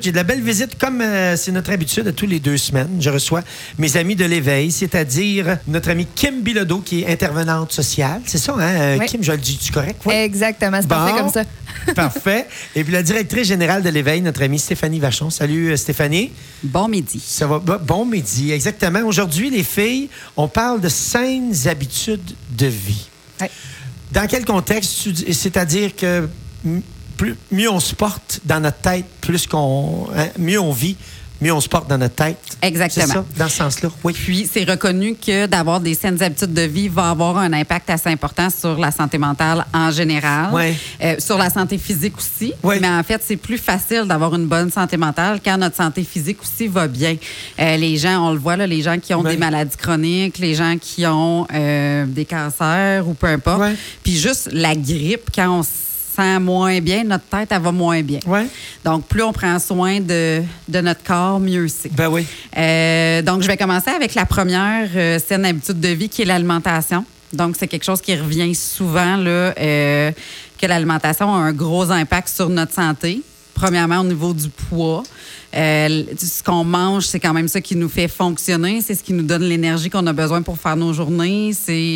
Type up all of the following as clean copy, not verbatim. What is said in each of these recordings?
j'ai de la belle visite, comme c'est notre habitude, à tous les 2 semaines. Je reçois mes amis de l'éveil, c'est-à-dire notre amie Kim Bilodeau, qui est intervenante sociale. C'est ça, hein? Oui. Kim, je le dis-tu correct? Oui. Exactement, c'est parfait comme ça. Parfait. Et puis la directrice générale de l'éveil, notre amie Stéphanie Vachon. Salut, Stéphanie. Bon midi. Ça va? Bon midi, exactement. Aujourd'hui, les filles, on parle de saines habitudes de vie. Oui. Dans quel contexte? C'est-à-dire que mieux on se porte dans notre tête, mieux on vit, mieux on se porte dans notre tête. Exactement. C'est ça, dans ce sens-là? Oui. Puis, c'est reconnu que d'avoir des saines habitudes de vie va avoir un impact assez important sur la santé mentale en général, sur la santé physique aussi. Oui. Mais en fait, c'est plus facile d'avoir une bonne santé mentale quand notre santé physique aussi va bien. Les gens, on le voit, là, les gens qui ont des maladies chroniques, les gens qui ont des cancers ou peu importe. Oui. Puis juste la grippe, quand on sent moins bien, notre tête, elle va moins bien. Ouais. Donc, plus on prend soin de notre corps, mieux c'est. Ben oui. Donc, je vais commencer avec la première saine habitude de vie, qui est l'alimentation. Donc, c'est quelque chose qui revient souvent, là, que l'alimentation a un gros impact sur notre santé. Premièrement, au niveau du poids. Ce qu'on mange, c'est quand même ça qui nous fait fonctionner. C'est ce qui nous donne l'énergie qu'on a besoin pour faire nos journées.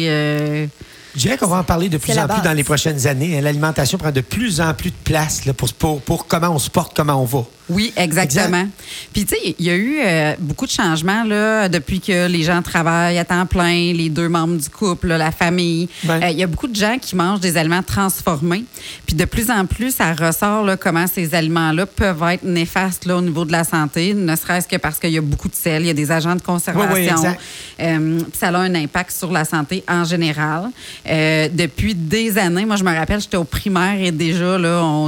Je dirais qu'on va en parler de plus en plus dans les prochaines années. L'alimentation prend de plus en plus de place là, pour comment on se porte, comment on va. Oui, exactement. Puis, tu sais, il y a eu beaucoup de changements là, depuis que les gens travaillent à temps plein, les 2 membres du couple, là, la famille. Il y a beaucoup de gens qui mangent des aliments transformés. Puis, de plus en plus, ça ressort là, comment ces aliments-là peuvent être néfastes là, au niveau de la santé, ne serait-ce que parce qu'il y a beaucoup de sel, il y a des agents de conservation. Puis, ça a un impact sur la santé en général. Depuis des années, moi, je me rappelle, j'étais au primaire et déjà, là, on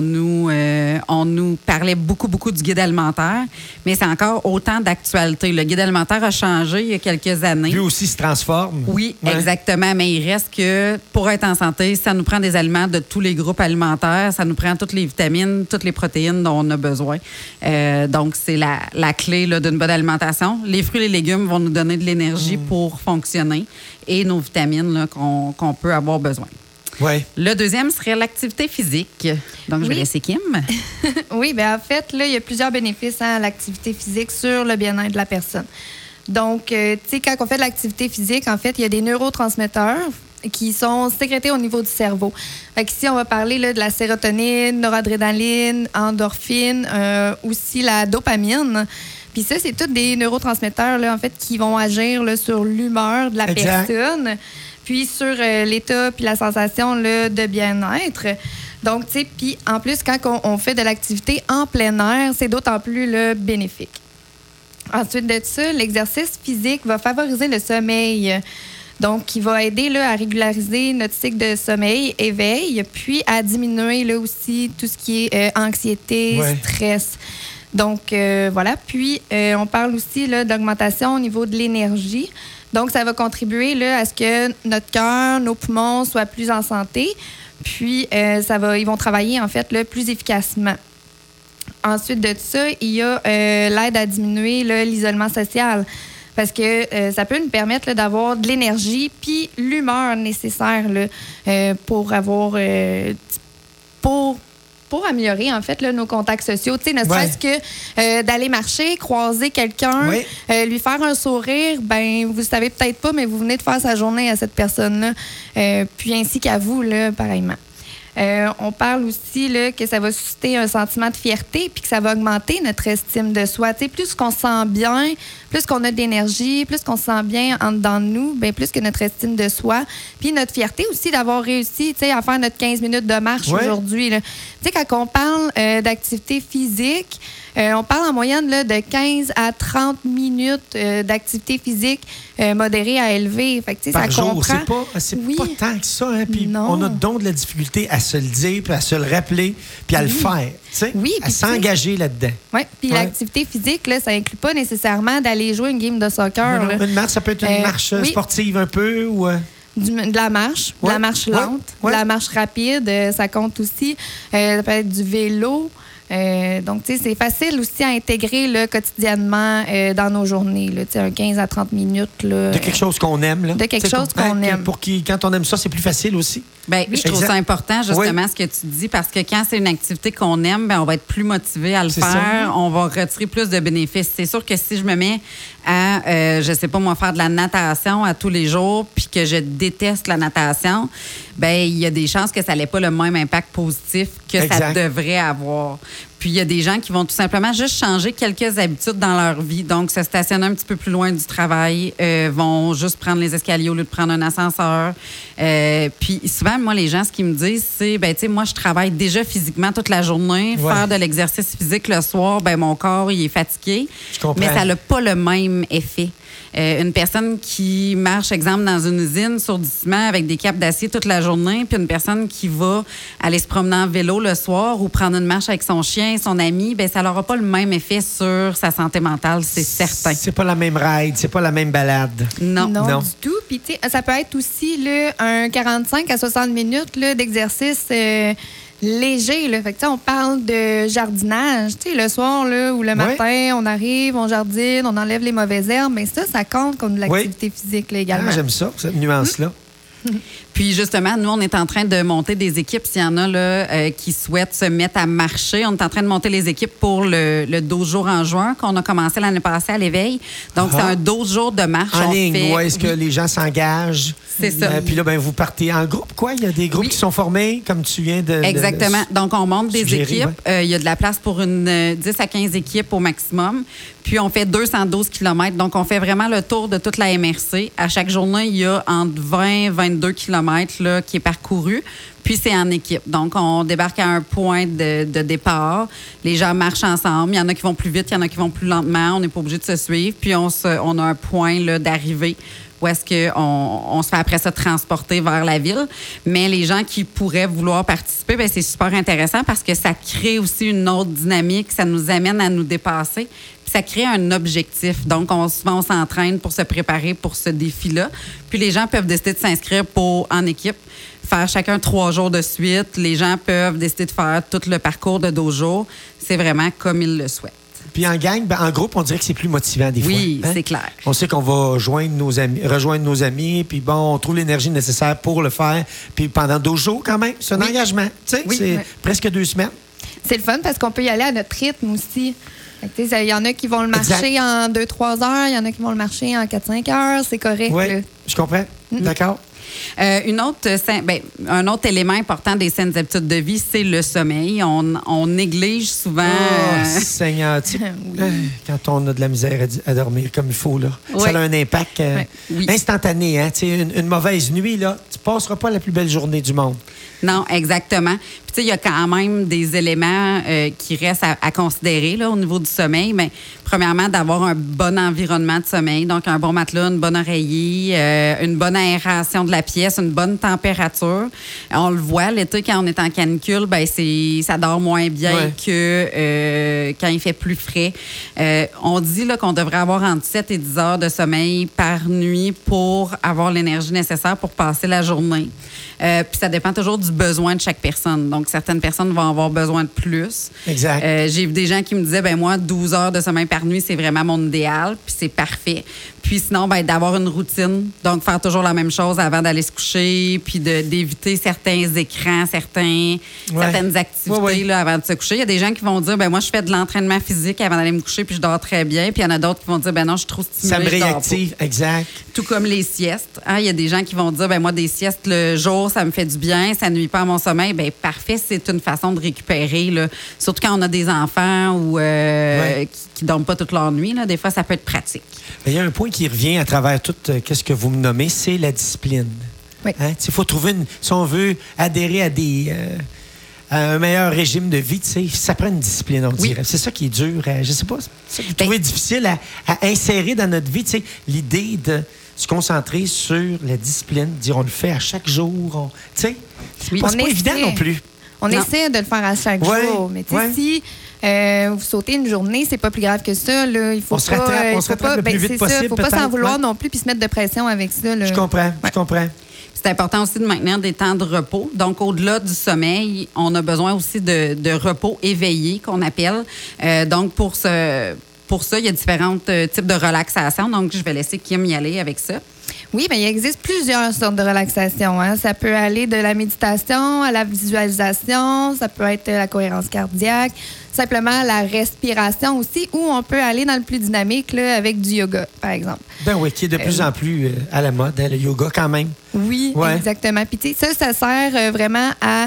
nous parlait beaucoup du guide alimentaire, mais c'est encore autant d'actualité. Le guide alimentaire a changé il y a quelques années. Lui aussi se transforme. Oui, exactement, mais il reste que pour être en santé, ça nous prend des aliments de tous les groupes alimentaires, ça nous prend toutes les vitamines, toutes les protéines dont on a besoin. Donc, c'est la clé là, d'une bonne alimentation. Les fruits et les légumes vont nous donner de l'énergie pour fonctionner et nos vitamines là, qu'on peut avoir besoin. Ouais. Le deuxième serait l'activité physique. Donc, je vais laisser Kim. Oui, bien en fait, là, il y a plusieurs bénéfices à l'activité physique sur le bien-être de la personne. Donc, tu sais, quand on fait de l'activité physique, en fait, il y a des neurotransmetteurs qui sont sécrétés au niveau du cerveau. Fait qu'ici, on va parler là, de la sérotonine, noradrénaline, endorphine, aussi la dopamine. Puis ça, c'est tous des neurotransmetteurs, là, en fait, qui vont agir là, sur l'humeur de la personne, puis sur l'état puis la sensation là, de bien-être. Donc, tu sais, puis en plus, quand on fait de l'activité en plein air, c'est d'autant plus là, bénéfique. Ensuite de ça, l'exercice physique va favoriser le sommeil. Donc, qui va aider là, à régulariser notre cycle de sommeil, éveil, puis à diminuer là, aussi tout ce qui est anxiété, stress. Donc, voilà. Puis, on parle aussi là, d'augmentation au niveau de l'énergie. Donc, ça va contribuer là, à ce que notre cœur, nos poumons soient plus en santé. Puis, ils vont travailler, en fait, là, plus efficacement. Ensuite de ça, il y a l'aide à diminuer là, l'isolement social. Parce que ça peut nous permettre là, d'avoir de l'énergie puis l'humeur nécessaire là, pour avoir... pour améliorer, en fait, là, nos contacts sociaux. Tu sais, ne serait-ce que d'aller marcher, croiser quelqu'un, lui faire un sourire, ben vous savez peut-être pas, mais vous venez de faire sa journée à cette personne-là, puis ainsi qu'à vous, là, pareillement. On parle aussi là, que ça va susciter un sentiment de fierté puis que ça va augmenter notre estime de soi. Tu sais, plus qu'on se sent bien, plus qu'on a d'énergie, plus qu'on se sent bien en dedans de nous, bien plus que notre estime de soi. Puis notre fierté aussi d'avoir réussi, tu sais, à faire notre 15 minutes de marche aujourd'hui. Tu sais, quand on parle d'activité physique, on parle en moyenne là, de 15 à 30 minutes d'activité physique modérée à élevée. Fait que, tu sais, par ça jour, comprend. c'est pas tant que ça. Hein? Puis on a donc de la difficulté à se le dire, puis à se le rappeler, puis à le faire. À s'engager là-dedans. Oui, puis l'activité physique, là, ça inclut pas nécessairement d'aller jouer une game de soccer. Non, une marche, ça peut être une marche sportive un peu ou... De la marche, de la marche lente, de la marche rapide, ça compte aussi. Ça peut être du vélo. Donc, tu sais, c'est facile aussi à intégrer là, quotidiennement dans nos journées. Là, tu sais, un 15 à 30 minutes. Là, de quelque chose qu'on aime. Là. De quelque chose qu'on aime. Quand on aime ça, c'est plus facile aussi. Bien, je trouve ça important, justement, ce que tu dis, parce que quand c'est une activité qu'on aime, bien, on va être plus motivé à le faire. Ça. On va retirer plus de bénéfices. C'est sûr que si je me mets à, je sais pas moi, faire de la natation à tous les jours, puis que je déteste la natation, bien, il y a des chances que ça n'ait pas le même impact positif que ça devrait avoir. Puis, il y a des gens qui vont tout simplement juste changer quelques habitudes dans leur vie. Donc, se stationner un petit peu plus loin du travail, vont juste prendre les escaliers au lieu de prendre un ascenseur. Puis, souvent, moi, les gens, ce qu'ils me disent, c'est, ben, tu sais, moi, je travaille déjà physiquement toute la journée. Ouais. Faire de l'exercice physique le soir, ben, mon corps, il est fatigué. Je comprends. Mais ça n'a pas le même effet. Une personne qui marche, exemple, dans une usine sur du ciment avec des capes d'acier toute la journée, puis une personne qui va aller se promener en vélo le soir ou prendre une marche avec son chien, son ami, bien, ça n'aura pas le même effet sur sa santé mentale, c'est certain. C'est pas la même ride, c'est pas la même balade. Non du tout. Puis, tu sais, ça peut être aussi là, un 45 à 60 minutes là, d'exercice léger. Là. Fait que, on parle de jardinage. Tu sais, le soir là, ou le matin, on arrive, on jardine, on enlève les mauvaises herbes. Mais ça compte comme de l'activité physique là, également. Ah, j'aime ça, cette nuance-là. Puis justement, nous, on est en train de monter des équipes. S'il y en a là, qui souhaitent se mettre à marcher, on est en train de monter les équipes pour le 12 jours en juin qu'on a commencé l'année passée à l'Éveil. Donc, c'est un 12 jours de marche. En ligne, est-ce que les gens s'engagent? C'est ça. Puis là, ben, vous partez en groupe, quoi? Il y a des groupes qui sont formés, comme tu viens de... Exactement. Donc, on monte des équipes. Il y a de la place pour une 10 à 15 équipes au maximum. Puis, on fait 212 km. Donc, on fait vraiment le tour de toute la MRC. À chaque journée, il y a entre 20 et 22 km là, qui est parcouru. Puis, c'est en équipe. Donc, on débarque à un point de départ. Les gens marchent ensemble. Il y en a qui vont plus vite, il y en a qui vont plus lentement. On n'est pas obligé de se suivre. Puis, on a un point là, d'arrivée où est-ce qu'on se fait après ça transporter vers la ville. Mais les gens qui pourraient vouloir participer, bien, c'est super intéressant parce que ça crée aussi une autre dynamique. Ça nous amène à nous dépasser. Puis ça crée un objectif. Donc, souvent, on s'entraîne pour se préparer pour ce défi-là. Puis les gens peuvent décider de s'inscrire en équipe, faire chacun 3 jours de suite. Les gens peuvent décider de faire tout le parcours de 12 jours. C'est vraiment comme ils le souhaitent. Puis en gang, en groupe, on dirait que c'est plus motivant des fois. Oui, c'est clair. On sait qu'on va rejoindre nos amis, puis bon, on trouve l'énergie nécessaire pour le faire. Puis pendant 12 jours, quand même, c'est un engagement. Tu sais, c'est presque 2 semaines. C'est le fun parce qu'on peut y aller à notre rythme aussi. Il y en a qui vont le marcher en 2-3 heures, il y en a qui vont le marcher en 4-5 heures. C'est correct. Oui, je comprends. D'accord. Un autre élément important des saines habitudes de vie, c'est le sommeil. On néglige souvent... Seigneur, quand on a de la misère à dormir comme il faut, là, ça a un impact instantané. Hein? Une mauvaise nuit, là, tu ne passeras pas la plus belle journée du monde. Non, exactement. Puis, tu sais, il y a quand même des éléments qui restent à considérer là, au niveau du sommeil. Mais premièrement, d'avoir un bon environnement de sommeil, donc un bon matelas, une bonne oreiller, une bonne aération de la pièce, une bonne température. On le voit, l'été, quand on est en canicule, ben ça dort moins bien que quand il fait plus frais. On dit là, qu'on devrait avoir entre 7 et 10 heures de sommeil par nuit pour avoir l'énergie nécessaire pour passer la journée. Puis ça dépend toujours du besoin de chaque personne. Donc, certaines personnes vont avoir besoin de plus. Exact. J'ai vu des gens qui me disaient, ben moi, 12 heures de sommeil par nuit, c'est vraiment mon idéal, puis c'est parfait. Puis sinon, ben, d'avoir une routine. Donc, faire toujours la même chose avant d'aller se coucher, puis d'éviter certains écrans, certaines activités là, avant de se coucher. Il y a des gens qui vont dire, ben moi, je fais de l'entraînement physique avant d'aller me coucher, puis je dors très bien. Puis il y en a d'autres qui vont dire, ben non, je suis trop stimulée. Ça me réactive, exact. Tout comme les siestes. Hein? Il y a des gens qui vont dire, ben moi, des siestes le jour, ça me fait du bien, ça ne nuit pas à mon sommeil. Ben parfait, c'est une façon de récupérer. Là. Surtout quand on a des enfants ou qui ne dorment pas toute leur nuit. Là. Des fois, ça peut être pratique. Il y a un point qui revient à travers tout ce que vous me nommez, c'est la discipline. Oui. Hein? Il faut trouver, si on veut adhérer à un meilleur régime de vie, ça prend une discipline, on dirait. C'est ça qui est dur. Je sais pas, c'est ça que vous trouvez difficile à insérer dans notre vie. L'idée de se concentrer sur la discipline, dire on le fait à chaque jour. C'est pas évident non plus. On essaie de le faire à chaque jour. Mais si vous sautez une journée, c'est pas plus grave que ça. Là. Il faut on se rattrape le plus vite possible. Il ne faut pas s'en vouloir non plus puis se mettre de pression avec ça. Là. Je comprends. C'est important aussi de maintenir des temps de repos. Donc, au-delà du sommeil, on a besoin aussi de repos éveillé, qu'on appelle. Donc, pour ça, il y a différents types de relaxation. Donc, je vais laisser Kim y aller avec ça. Oui, mais il existe plusieurs sortes de relaxation. Hein. Ça peut aller de la méditation à la visualisation, ça peut être la cohérence cardiaque, simplement la respiration aussi, ou on peut aller dans le plus dynamique là, avec du yoga, par exemple. Ben oui, qui est de plus en plus à la mode, hein, le yoga quand même. Oui, exactement. Puis tu sais, ça sert vraiment à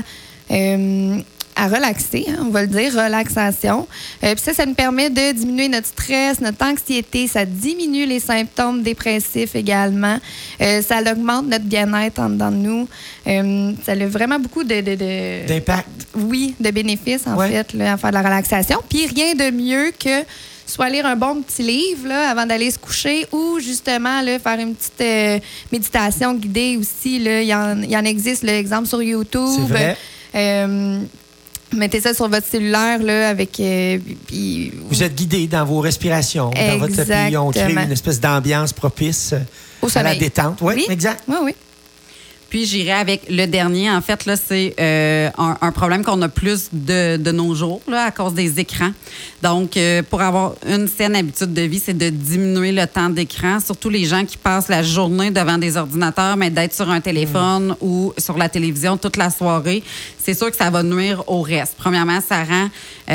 relaxer, hein, on va le dire, relaxation. Puis ça nous permet de diminuer notre stress, notre anxiété. Ça diminue les symptômes dépressifs également. Ça augmente notre bien-être en dedans de nous. Ça a vraiment beaucoup d'impact. Oui, de bénéfices, en fait, là, à faire de la relaxation. Puis rien de mieux que soit lire un bon petit livre là, avant d'aller se coucher ou justement là, faire une petite méditation guidée aussi. Là. Il y en existe, l'exemple sur YouTube. C'est vrai. Mettez ça sur votre cellulaire là, avec. Vous êtes guidé dans vos respirations, dans votre pays. On crée une espèce d'ambiance propice à la détente. Oui, exact. Oui, oui. Puis j'irai avec le dernier. En fait, là, c'est un problème qu'on a plus de nos jours là, à cause des écrans. Donc, pour avoir une saine habitude de vie, c'est de diminuer le temps d'écran. Surtout les gens qui passent la journée devant des ordinateurs, mais d'être sur un téléphone ou sur la télévision toute la soirée. C'est sûr que ça va nuire au reste. Premièrement, ça rend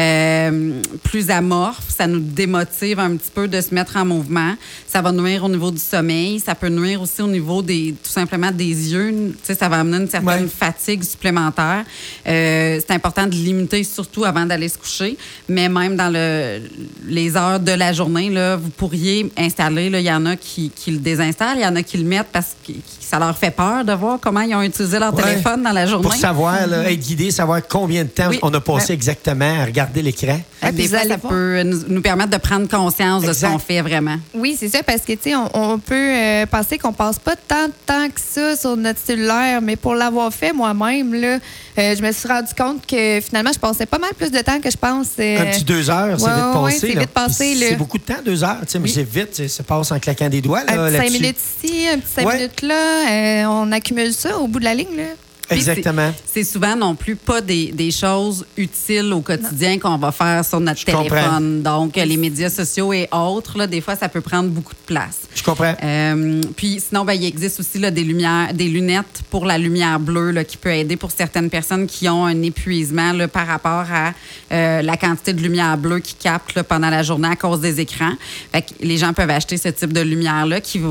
plus amorphe. Ça nous démotive un petit peu de se mettre en mouvement. Ça va nuire au niveau du sommeil. Ça peut nuire aussi au niveau tout simplement des yeux. Tu sais, ça va amener une certaine fatigue supplémentaire. C'est important de limiter, surtout avant d'aller se coucher. Mais même dans les heures de la journée, là, vous pourriez installer, il y en a qui le désinstallent, il y en a qui le mettent parce que ça leur fait peur de voir comment ils ont utilisé leur téléphone dans la journée. Pour savoir, là, être guidé, savoir combien de temps on a passé exactement à regarder l'écran. Des fois, ça peut nous permettre de prendre conscience de ce qu'on fait vraiment. Oui, c'est ça, parce que, tu sais, on peut penser qu'on passe pas tant de temps que ça sur notre cellulaire, mais pour l'avoir fait moi-même, là, je me suis rendu compte que finalement, je passais pas mal plus de temps que je pense. Un petit 2 heures, c'est vite passé. Oui, c'est vite passé. C'est beaucoup de temps, 2 heures, mais c'est vite, ça passe en claquant des doigts. Là, un petit 5 minutes ici, un petit 5 minutes là, on accumule ça au bout de la ligne, là. Exactement. C'est souvent non plus pas des choses utiles au quotidien qu'on va faire sur notre téléphone. Donc, les médias sociaux et autres, là, des fois, ça peut prendre beaucoup de place. Je comprends. Puis sinon, il existe aussi là, des lunettes pour la lumière bleue là, qui peut aider pour certaines personnes qui ont un épuisement là, par rapport à la quantité de lumière bleue qu'ils captent là, pendant la journée à cause des écrans. Fait que les gens peuvent acheter ce type de lumière-là, qui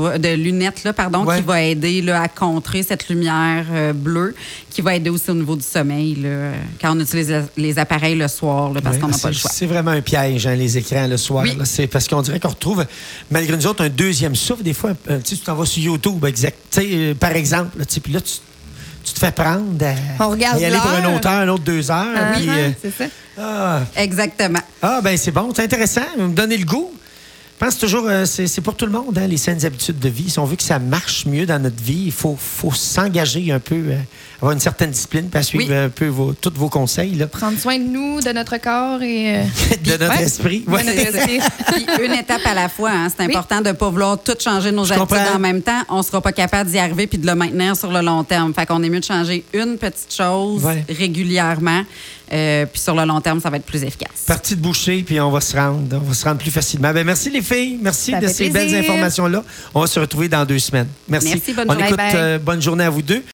va aider là, à contrer cette lumière bleue, qui va aider aussi au niveau du sommeil là, quand on utilise les appareils le soir là, parce qu'on n'a pas le choix. C'est vraiment un piège, hein, les écrans le soir. Oui. Là, c'est parce qu'on dirait qu'on retrouve, malgré nous autres, un deuxième souffle. Des fois, tu t'en vas sur YouTube, par exemple. Puis là, tu te fais prendre à y aller pour une autre heure, une autre 2 heures. C'est ça. Exactement. Ben c'est bon, c'est intéressant. Vous me donnez le goût. Je pense toujours, c'est pour tout le monde, hein, les saines habitudes de vie. Si on veut que ça marche mieux dans notre vie, il faut s'engager un peu, avoir une certaine discipline, puis suivre un peu tous vos conseils. Là. Prendre soin de nous, de notre corps et de notre esprit. Ouais. Puis une étape à la fois. Hein. C'est important de ne pas vouloir tout changer nos habitudes en même temps. On ne sera pas capable d'y arriver puis de le maintenir sur le long terme. Fait qu'on est mieux de changer une petite chose régulièrement. Puis sur le long terme, ça va être plus efficace. Partie de boucher, puis on va se rendre plus facilement. Merci les filles. Merci de ces belles informations-là. On va se retrouver dans 2 semaines. Merci. Bonne journée. Bonne journée à vous deux.